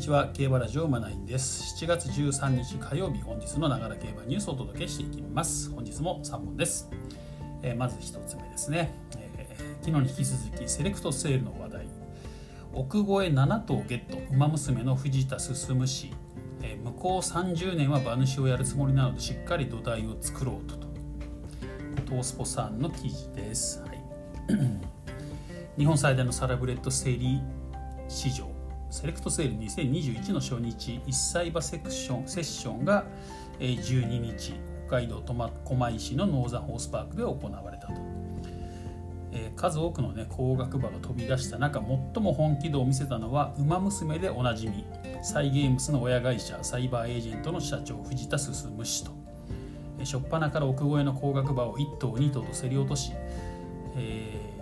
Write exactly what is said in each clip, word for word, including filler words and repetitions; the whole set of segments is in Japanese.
にちは。競馬ラジオマナインです。しちがつじゅうさんにち火曜日、本日のながら競馬ニュースをお届けしていきます。本日もさんぼんです。えー、まずひとつめですね、えー、昨日に引き続きセレクトセールの話題。奥越えななとうゲット、馬娘の藤田進氏、えー、向こうさんじゅうねんは馬主をやるつもりなのでしっかり土台を作ろうととトースポさんの記事です。はい、日本最大のサラブレッド競り市場セレクトセールにせんにじゅういちの初日、いっさい馬セクションセッションがじゅうににち、北海道狛江市のノーザンホースパークで行われたと。えー、数多くの、ね、高額馬が飛び出した中、最も本気度を見せたのは馬娘でおなじみ、サイ・ゲームスの親会社サイバーエージェントの社長藤田進氏と、えー、初っ端から奥越えの高額馬をいっとうにとうと競り落とし、えー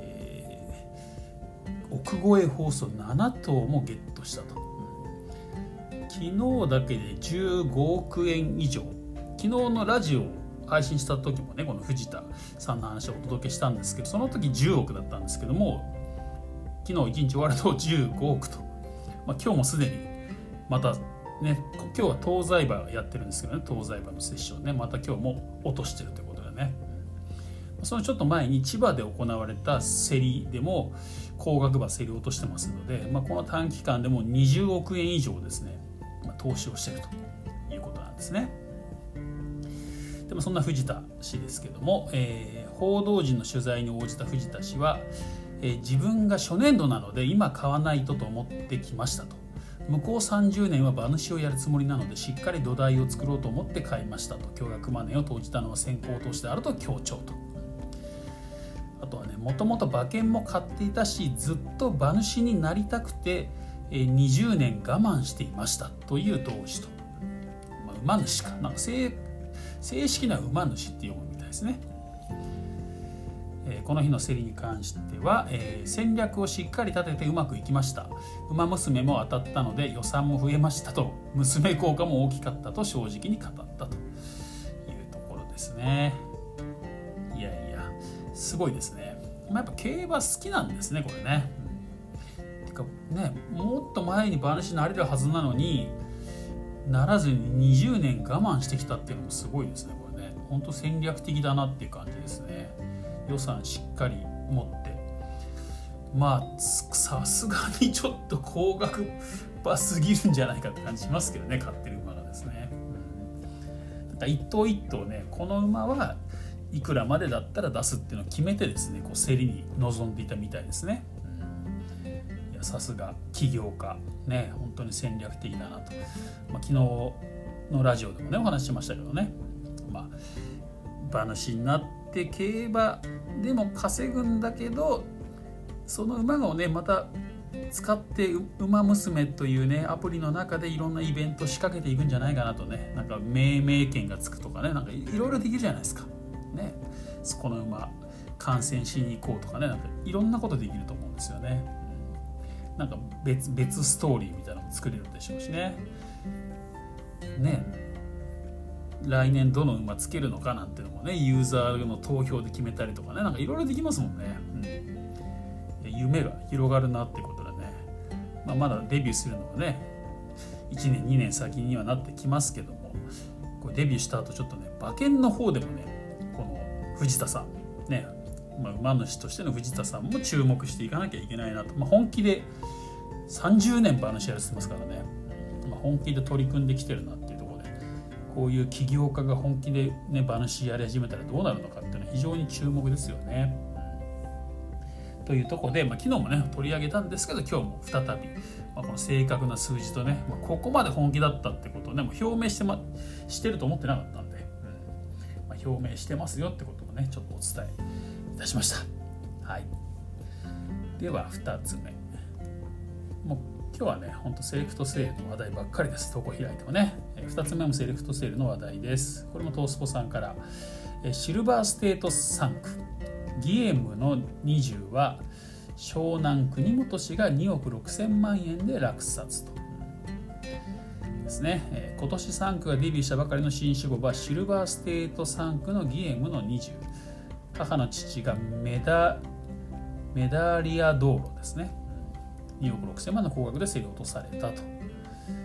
奥越え放送ななとうもゲットしたと、うん、昨日だけでじゅうごおくえん以上。昨日のラジオを配信した時もね、この藤田さんの話をお届けしたんですけど、その時じゅうおくだったんですけども、昨日いちにち終わるとじゅうごおくと、まあ、今日もすでにまたね、今日は東西馬やってるんですけどね、東西馬のセッションね、また今日も落としてるということでね。そのちょっと前に千葉で行われた競りでも高額馬競り落としてますので、まあ、この短期間でもにじゅうおくえん以上ですね、まあ、投資をしているということなんですね。でもそんな藤田氏ですけども、えー、報道陣の取材に応じた藤田氏は、えー、自分が初年度なので今買わないとと思ってきましたと。向こうさんじゅうねんは馬主をやるつもりなのでしっかり土台を作ろうと思って買いましたと。巨額マネーを投じたのは先行投資であると強調と。あとはね、もともと馬券も買っていたし、ずっと馬主になりたくてにじゅうねん我慢していましたという同志と、まあ、馬主かなんか 正, 正式な馬主って読むみたいですね。えー、この日の競りに関しては、えー、戦略をしっかり立ててうまくいきました。馬娘も当たったので予算も増えましたと、娘効果も大きかったと正直に語ったというところですね。いやいやすごいですね。まあ、やっぱ競馬好きなんですね、これね。うん、てかね、もっと前に馬主になれるはずなのにならずににじゅうねん我慢してきたっていうのもすごいですね、これね。本当戦略的だなっていう感じですね。予算しっかり持って、まあさすがにちょっと高額馬すぎるんじゃないかって感じしますけどね、買ってる馬がですね。うん、だから一頭一頭ね、この馬はいくらまでだったら出すっていうのを決めてですね、こう競りに臨んでいたみたいですね。うん、いやさすが起業家ね、本当に戦略的だなと。まあ、昨日のラジオでもねお話ししましたけどね、まあ馬主になって競馬でも稼ぐんだけど、その馬をねまた使って馬娘というねアプリの中でいろんなイベントを仕掛けていくんじゃないかなとね。なんか命名権がつくとかね、なんかいろいろできるじゃないですかね。そこの馬観戦しに行こうとかね、なんかいろんなことできると思うんですよね。なんか 別, 別ストーリーみたいなのも作れるでしょうしね。ね、来年どの馬つけるのかなんてのもね、ユーザーの投票で決めたりとかね、なんかいろいろできますもんね。うん、夢が広がるなってことでね、まあ、まだデビューするのはねいちねんにねん先にはなってきますけども、これデビューした後ちょっとね馬券の方でもね、この藤田さんね、まあ、馬主としての藤田さんも注目していかなきゃいけないなと。まあ、本気でさんじゅうねん馬主やらせてますからね、まあ、本気で取り組んできてるなっていうところで、こういう起業家が本気で、ね、馬主やり始めたらどうなるのかっていうのは非常に注目ですよね。というところで、まあ、昨日もね取り上げたんですけど、今日も再び、まあ、この正確な数字とね、まあ、ここまで本気だったってことをねもう表明して、ま、してると思ってなかったんで、うんまあ、表明してますよってことをねちょっとお伝えいたしました。はい、ではふたつめ、もう今日はねほんとセレクトセールの話題ばっかりです。投稿開いてもね。ふたつめもセレクトセールの話題です。これもトースポさんから、シルバーステートさんくギエムのにじゅうは湘南国本氏がにおくろくせんまんえんで落札とですね。今年さんくがデビューしたばかりの新種馬はシルバーステートさんくのギエムのにじゅう、母の父がメダメダリア道路ですね。におくろくせんまんの高額で競り落とされたと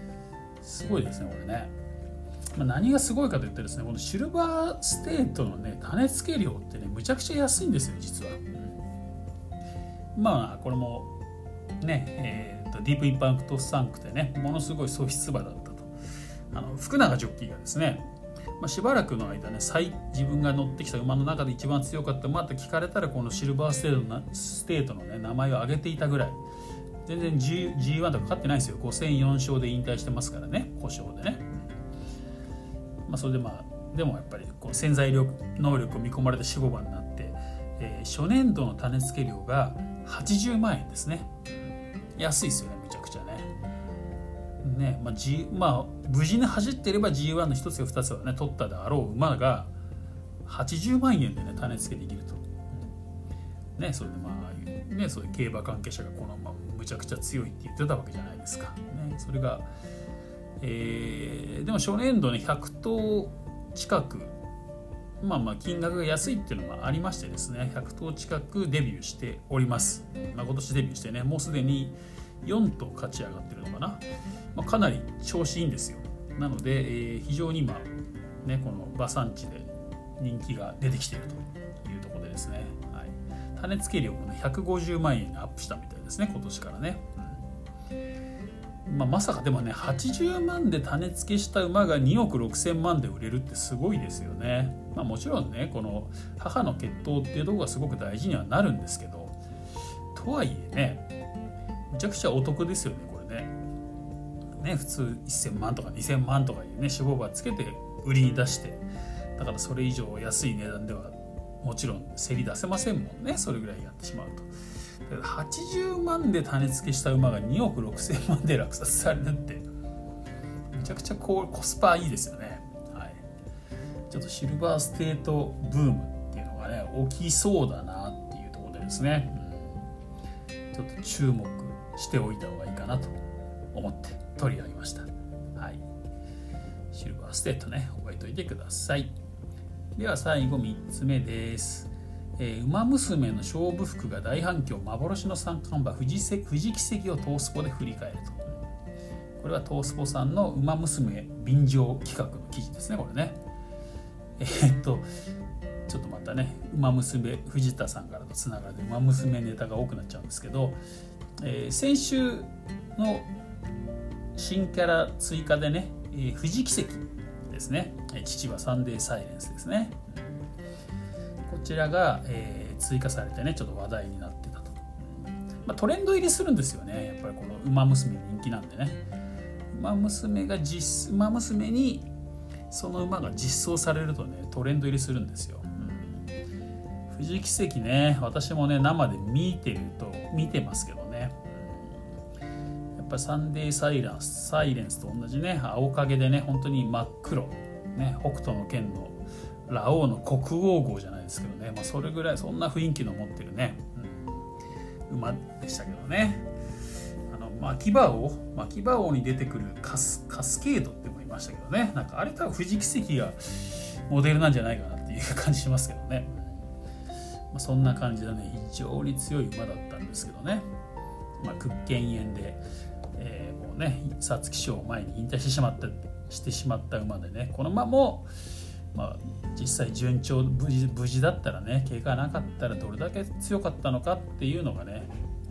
すごいですねこれね。まあ、何がすごいかといってですね、このシルバーステートのね種付け量ってねむちゃくちゃ安いんですよ実は。うん、まあこれもね、えー、とディープインパクトサンクでねものすごい素質馬だったと。あの福永ジョッキーがですね、まあ、しばらくの間ね最自分が乗ってきた馬の中で一番強かった馬って聞かれたらこのシルバーステートのステートの、ね、名前を挙げていたぐらい。全然 ジーワン とか勝ってないんですよ。ご戦よん勝で引退してますからね、故障でね。まあ、それでまあでもやっぱりこう潜在力能力を見込まれた守護馬になって、えー、初年度の種付け料がはちじゅうまんえんですね。安いですよねめちゃくちゃね。ねまあ G まあ、無事に走っていれば ジーワン のひとつやふたつはね取ったであろう馬がはちじゅうまんえんでね種付けできると。ね、それでまあ、ね、そういう競馬関係者がこの馬むちゃくちゃ強いって言ってたわけじゃないですか。ね、それが、えー、でも初年度ねひゃく頭近く、まあまあ金額が安いっていうのがありましてですね、ひゃく頭近くデビューしております。まあ、今年デビューしてね、もうすでによん頭勝ち上がってるのかな。まあ、かなり調子いいんですよ。なので、えー、非常に今、ね、この馬産地で人気が出てきているというところでですね。種付け量もねひゃくごじゅうまんえんにアップしたみたいですね今年からね。うんまあ、まさかでもねはちじゅうまんで種付けした馬がにおくろくせんまんで売れるってすごいですよね。まあ、もちろんねこの母の血統っていうところがすごく大事にはなるんですけど、とはいえねめちゃくちゃお得ですよねこれね。ね普通せんまんとかにせんまんとかいうね脂肪馬つけて売りに出して、だからそれ以上安い値段ではもちろん競り出せませんもんね、それぐらいやってしまうと。はちじゅうまんで種付けした馬がにおくろくせんまんで落札されるってめちゃくちゃコスパいいですよね。はい、ちょっとシルバーステートブームっていうのがね起きそうだなっていうところでですね、うん、ちょっと注目しておいた方がいいかなと思って取り上げました。はい、シルバーステートね覚えておいてください。では最後みっつめです。えー、馬娘の勝負服が大反響、幻の三冠馬富士富士奇跡をトースポで振り返ると。これはトースポさんの馬娘便乗企画の記事ですねこれね。えー、っとちょっとまたね馬娘藤田さんからとつながる馬娘ネタが多くなっちゃうんですけど、えー、先週の新キャラ追加でね、えー、富士奇跡ですね、父はサンデーサイレンスですね。こちらが、えー、追加されてねちょっと話題になってたと。まあ、トレンド入りするんですよねやっぱりこの馬娘人気なんでね。馬娘が実馬娘にその馬が実装されるとねトレンド入りするんですよ。うん、富士奇跡ね私もね生で見てると見てますけどね、やっぱりサンデーサイレンスサイレンスと同じね青影でね本当に真っ黒、ね、北斗の拳のラオウの国王号じゃないですけどね、まあ、それぐらいそんな雰囲気の持ってるね、うん、馬でしたけどね。あの巻き場王巻き場王に出てくるカス、カスケードってもいましたけどね、なんかあれ多分富士奇跡がモデルなんじゃないかなっていう感じしますけどね。まあ、そんな感じでね非常に強い馬だったんですけどね、まあ、屈腱炎で、えー、もうね皐月賞を前に引退してしまったしてしまった馬でね、この馬も、まあ、実際順調無事、無事だったらね怪我なかったらどれだけ強かったのかっていうのがね、うん、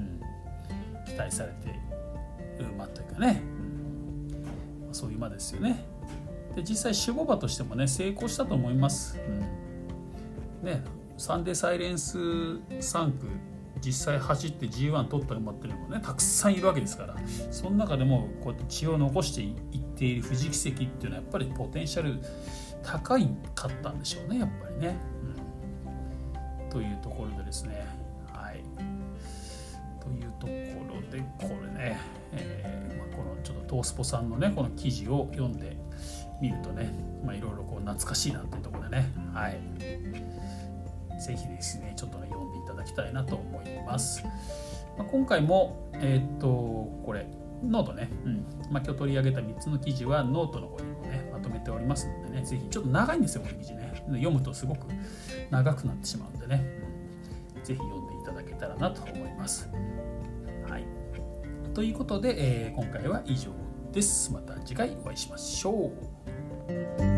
期待されている馬というかね、うん、そういう馬ですよね。で実際守護馬としてもね成功したと思います。うん、ねサンデーサイレンスさん区実際走って ジーワン 取った馬っていうのもねたくさんいるわけですから、その中でもこうやって血を残していっている富士奇跡っていうのはやっぱりポテンシャル高いかったんでしょうねやっぱりね、うん、というところでですね、はいというところでこれね、えーまあ、このちょっとトースポさんのねこの記事を読んでみるとね、まあいろいろこう懐かしいなっていうところでね、はいぜひですねちょっとね読んでいただきたいなと思います。まあ、今回もえー、っとこれノートね、うんまあ、今日取り上げたみっつの記事はノートの方にもねまとめておりますのでね、ぜひちょっと長いんですよこの記事ね、読むとすごく長くなってしまうんでね、うん、ぜひ読んでいただけたらなと思います。はい、ということで、えー、今回は以上です。また次回お会いしましょう。